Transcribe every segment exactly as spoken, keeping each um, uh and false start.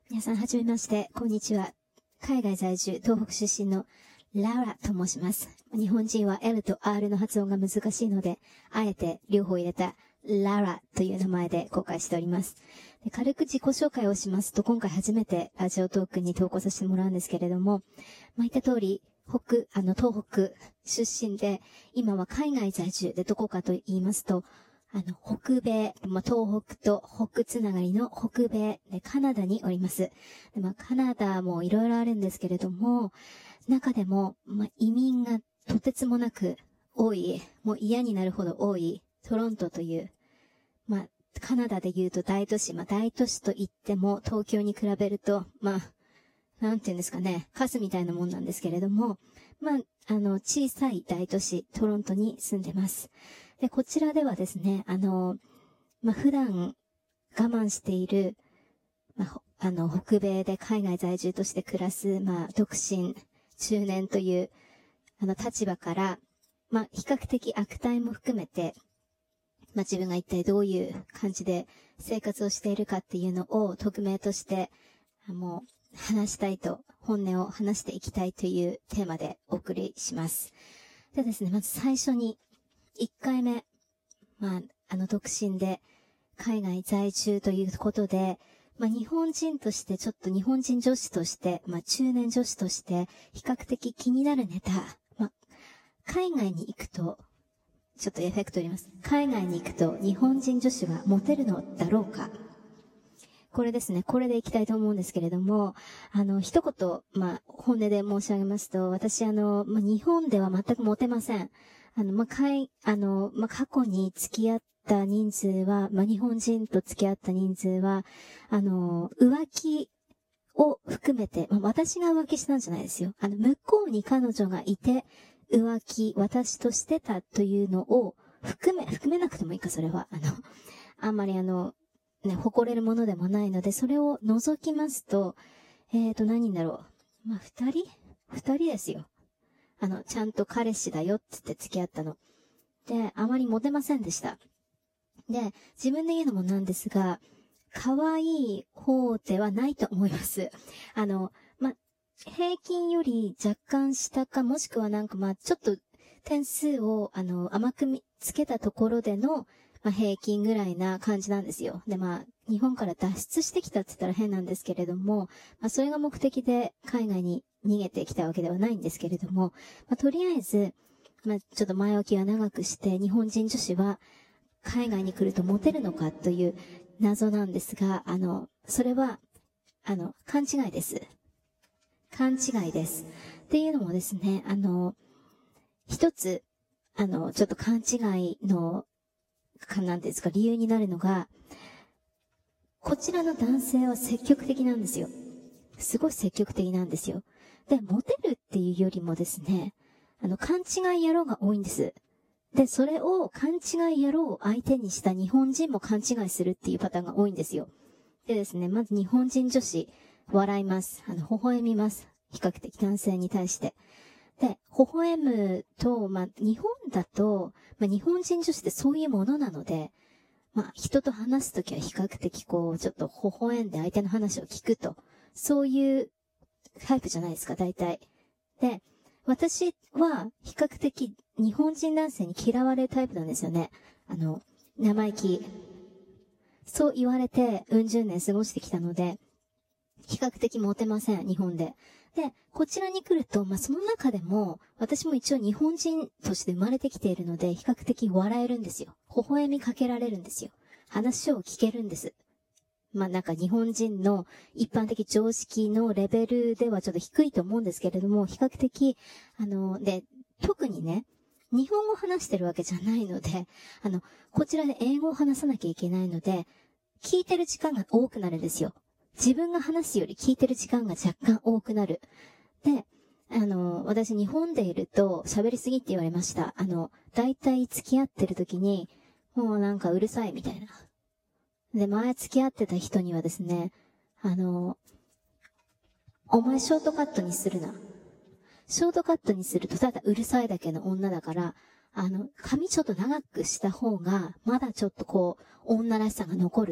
皆さんはじめまして、こんにちは。海外在住、東北出身のラウラと申します。日本人は L と R の発音が難しいので、あえて両方入れたラウラという名前で公開しております。で、軽く自己紹介をしますと、今回初めてラジオトークに投稿させてもらうんですけれども、まあ、言った通り、北、あの、東北出身で、今は海外在住でどこかと言いますと、あの、北米、まあ、東北と北つながりの北米でカナダにおります。で、まあ、カナダもいろいろあるんですけれども、中でも、まあ、移民がとてつもなく多い、もう嫌になるほど多いトロントという、まあ、カナダで言うと大都市、まあ、大都市と言っても東京に比べると、まあ、なんていうんですかね、カスみたいなもんなんですけれども、まあ、あの、小さい大都市、トロントに住んでます。で、こちらではですね、あの、まあ、普段我慢している、まあ、あの、北米で海外在住として暮らす、まあ、独身、中年という、あの、立場から、まあ、比較的悪態も含めて、まあ、自分が一体どういう感じで生活をしているかっていうのを匿名として、もう、話したいと、本音を話していきたいというテーマでお送りします。でですね、まず最初に、いっかいめ、まあ、あの、独身で、海外在住ということで、まあ、日本人として、ちょっと日本人女子として、まあ、中年女子として、比較的気になるネタ、まあ、海外に行くと、ちょっとエフェクト入れます。海外に行くと、日本人女子はモテるのだろうか。これですね、これでいきたいと思うんですけれども、あの、一言、まあ、本音で申し上げますと、私、あの、まあ、日本では全くモテません。あの、まあ、かい、あの、まあ、過去に付き合った人数は、まあ、日本人と付き合った人数は、あの、浮気を含めて、まあ、私が浮気したんじゃないですよ。あの、向こうに彼女がいて、浮気、私としてたというのを、含め、含めなくてもいいか、それは。あの、あんまりあの、ね、誇れるものでもないので、それを除きますと、えーと、何人だろう。まあ、二人二人ですよ。あの、ちゃんと彼氏だよって言って付き合ったの。で、あまりモテませんでした。で、自分で言うのもなんですが、可愛い方ではないと思います。あの、ま、平均より若干下か、もしくはなんかま、ちょっと点数を、あの、甘くつけたところでの、まあ、平均ぐらいな感じなんですよ。で、まあ、日本から脱出してきたって言ったら変なんですけれども、まあ、それが目的で海外に逃げてきたわけではないんですけれども、まあ、とりあえず、まあ、ちょっと前置きは長くして、日本人女子は海外に来るとモテるのかという謎なんですが、あの、それは、あの、勘違いです。勘違いです。っていうのもですね、あの、一つ、あの、ちょっと勘違いの、かなんですか、理由になるのが、こちらの男性は積極的なんですよ。すごい積極的なんですよ。で、モテるっていうよりもですね、あの、勘違い野郎が多いんです。で、それを勘違い野郎を相手にした日本人も勘違いするっていうパターンが多いんですよ。でですね、まず日本人女子、笑います。あの、微笑みます。比較的男性に対して。で、微笑むと、まあ、日本だと、まあ、日本人女子ってそういうものなので、まあ、人と話すときは比較的こう、ちょっと微笑んで相手の話を聞くと。そういうタイプじゃないですか、大体。で、私は比較的日本人男性に嫌われるタイプなんですよね。あの、生意気。そう言われて、うん十年過ごしてきたので、比較的モテません、日本で。で、こちらに来ると、まあ、その中でも、私も一応日本人として生まれてきているので、比較的笑えるんですよ。微笑みかけられるんですよ。話を聞けるんです。まあ、なんか日本人の一般的常識のレベルではちょっと低いと思うんですけれども、比較的、あの、で、特にね、日本語を話してるわけじゃないので、あの、こちらで英語を話さなきゃいけないので、聞いてる時間が多くなるんですよ。自分が話すより聞いてる時間が若干多くなる。で、あの、私日本でいると喋りすぎって言われました。あの、大体付き合ってる時に、もうなんかうるさいみたいな。で、前付き合ってた人にはですね、あの、お前ショートカットにするな。ショートカットにするとただうるさいだけの女だから、あの、髪ちょっと長くした方が、まだちょっとこう、女らしさが残ると。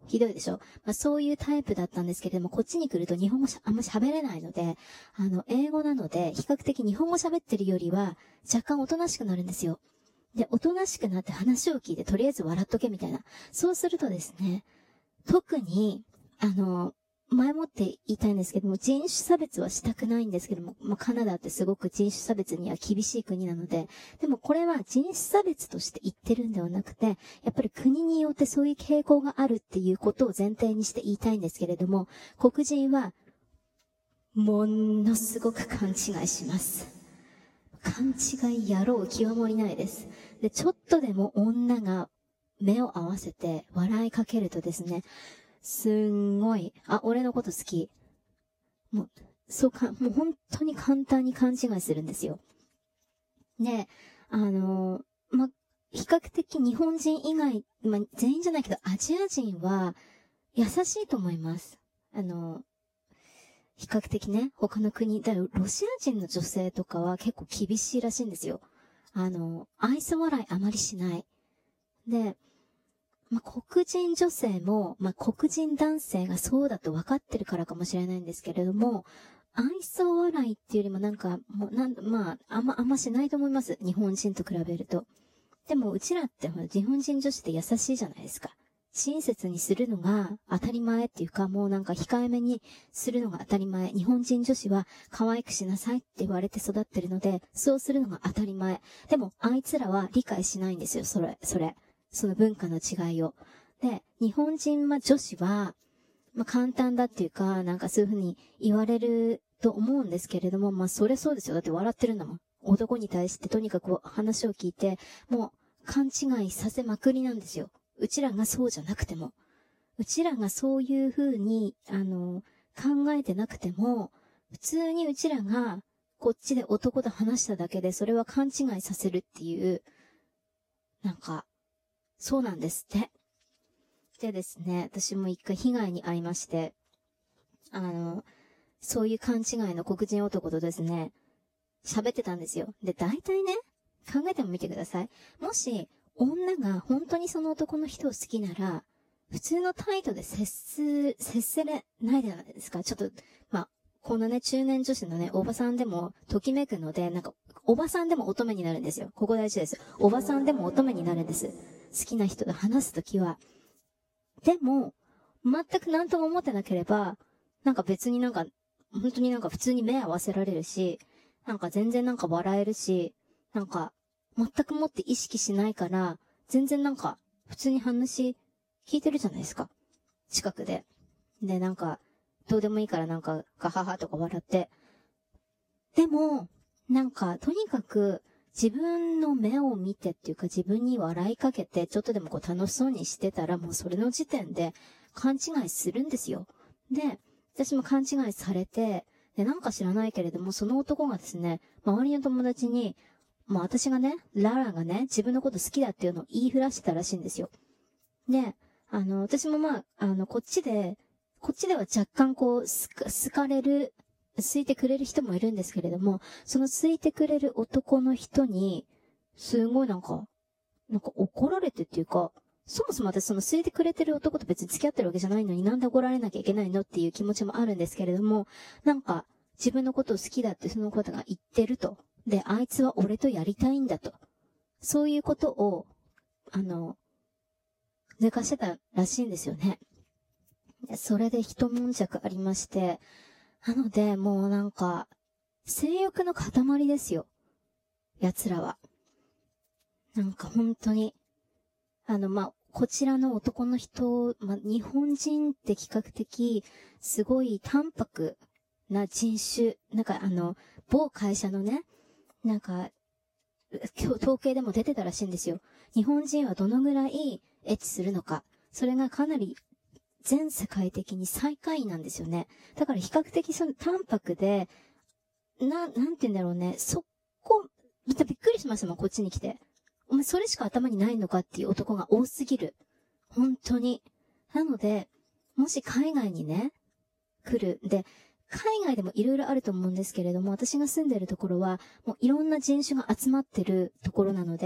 ひどいでしょ。まあそういうタイプだったんですけれども、こっちに来ると日本語あんま喋れないので、あの、英語なので、比較的日本語喋ってるよりは、若干おとなしくなるんですよ。で、おとなしくなって話を聞いて、とりあえず笑っとけみたいな。そうするとですね、特に、あの、前もって言いたいんですけども、人種差別はしたくないんですけども、まあ、カナダってすごく人種差別には厳しい国なので、でもこれは人種差別として言ってるんではなくて、やっぱり国によってそういう傾向があるっていうことを前提にして言いたいんですけれども、黒人は、ものすごく勘違いします。勘違い野郎極まりないです。で、ちょっとでも女が目を合わせて笑いかけるとですね、すんごい、あ、俺のこと好き。もう、そうか、もう本当に簡単に勘違いするんですよ。で、あのー、ま、比較的日本人以外、ま、全員じゃないけど、アジア人は優しいと思います。あのー、比較的ね、他の国、だからロシア人の女性とかは結構厳しいらしいんですよ。あのー、愛想笑いあまりしない。で、まあ、黒人女性も、まあ、黒人男性がそうだと分かってるからかもしれないんですけれども、愛想笑いっていうよりもなんか、もうなん、まあ、あんま、あんましないと思います。日本人と比べると。でも、うちらってほら、日本人女子って優しいじゃないですか。親切にするのが当たり前っていうか、もうなんか控えめにするのが当たり前。日本人女子は可愛くしなさいって言われて育ってるので、そうするのが当たり前。でも、あいつらは理解しないんですよ、それ、それ。その文化の違いを。で、日本人は女子は、まあ、簡単だっていうか、なんかそういうふうに言われると思うんですけれども、まあ、それそうですよ。だって笑ってるんだもん。男に対してとにかく話を聞いて、もう勘違いさせまくりなんですよ。うちらがそうじゃなくても。うちらがそういうふうに、あの、考えてなくても、普通にうちらがこっちで男と話しただけで、それは勘違いさせるっていう、なんか、そうなんですって。でですね、私も一回被害に遭いまして、あの、そういう勘違いの黒人男とですね、喋ってたんですよ。で、大体ね、考えてもみてください。もし、女が本当にその男の人を好きなら、普通の態度で接す、接せれないじゃないですか。ちょっと、まあ、このね、中年女子のね、おばさんでも、ときめくので、なんか、おばさんでも乙女になるんですよ。ここ大事です。おばさんでも乙女になるんです。好きな人と話すときは。でも、全く何とも思ってなければ、なんか別になんか、本当になんか普通に目合わせられるし、なんか全然なんか笑えるし、なんか、全くもって意識しないから、全然なんか、普通に話、聞いてるじゃないですか。近くで。で、なんか、どうでもいいからなんか、ガハハとか笑って。でも、なんか、とにかく、自分の目を見てっていうか自分に笑いかけて、ちょっとでもこう楽しそうにしてたら、もうそれの時点で勘違いするんですよ。で、私も勘違いされて、で、なんか知らないけれども、その男がですね、周りの友達に、まあ私がね、ララがね、自分のこと好きだっていうのを言いふらしてたらしいんですよ。で、あの、私もまあ、あの、こっちで、こっちでは若干こう、すか、好かれる、好いてくれる人もいるんですけれども、その好いてくれる男の人に、すごいなんか、なんか怒られてっていうか、そもそも私その好いてくれてる男と別に付き合ってるわけじゃないのになんで怒られなきゃいけないのっていう気持ちもあるんですけれども、なんか、自分のことを好きだってその方が言ってると。で、あいつは俺とやりたいんだと。そういうことを、あの、抜かしてたらしいんですよね。それで一悶着ありまして、なので、もうなんか、性欲の塊ですよ。奴らは。なんか本当に。あの、まあ、こちらの男の人、まあ、日本人って比較的、すごい淡白な人種。なんかあの、某会社のね、なんか、今日統計でも出てたらしいんですよ。日本人はどのぐらいエッチするのか。それがかなり全世界的に最下位なんですよね。だから比較的その淡白で、な、なんて言うんだろうね。そこ、びっくりしましたもん、こっちに来て。お前それしか頭にないのかっていう男が多すぎる。本当に。なので、もし海外にね、来る。で、海外でもいろいろあると思うんですけれども、私が住んでるところは、もういろんな人種が集まってるところなので、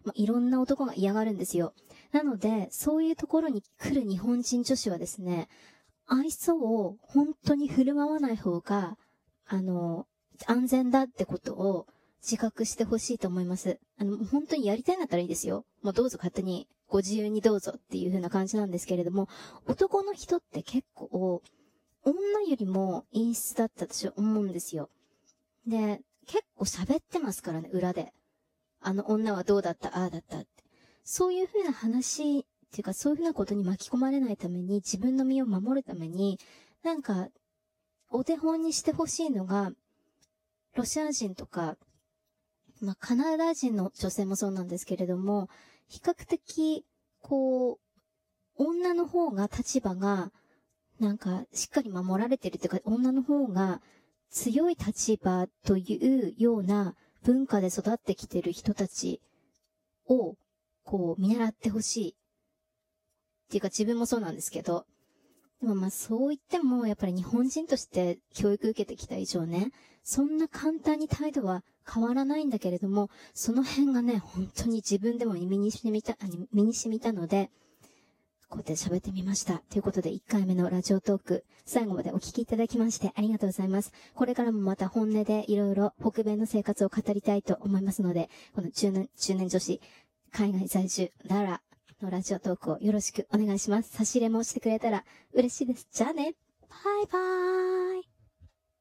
まあ、いろんな男が嫌がるんですよ。なので、そういうところに来る日本人女子はですね、愛想を本当に振る舞わない方が、あの、安全だってことを自覚してほしいと思います。あの、本当にやりたいんだったらいいですよ。もうどうぞ勝手に、ご自由にどうぞっていう風な感じなんですけれども、男の人って結構、女よりも陰湿だったと私は思うんですよ。で、結構喋ってますからね、裏で。あの女はどうだった、ああだったって。そういう風な話、っていうかそういう風なことに巻き込まれないために、自分の身を守るために、なんか、お手本にしてほしいのが、ロシア人とか、まあ、カナダ人の女性もそうなんですけれども、比較的、こう、女の方が立場が、なんか、しっかり守られてるというか、女の方が強い立場というような文化で育ってきてる人たちを、こう、見習ってほしい。っていうか自分もそうなんですけど、でもまあそう言っても、やっぱり日本人として教育受けてきた以上ね、そんな簡単に態度は変わらないんだけれども、その辺がね、本当に自分でも身に染みた、身に染みたので、こうやって喋ってみました。ということでいっかいめのラジオトーク、最後までお聞きいただきましてありがとうございます。これからもまた本音でいろいろ北米の生活を語りたいと思いますので、この中年、中年女子、海外在住、ララのラジオトークをよろしくお願いします。差し入れもしてくれたら嬉しいです。じゃあね。バイバーイ。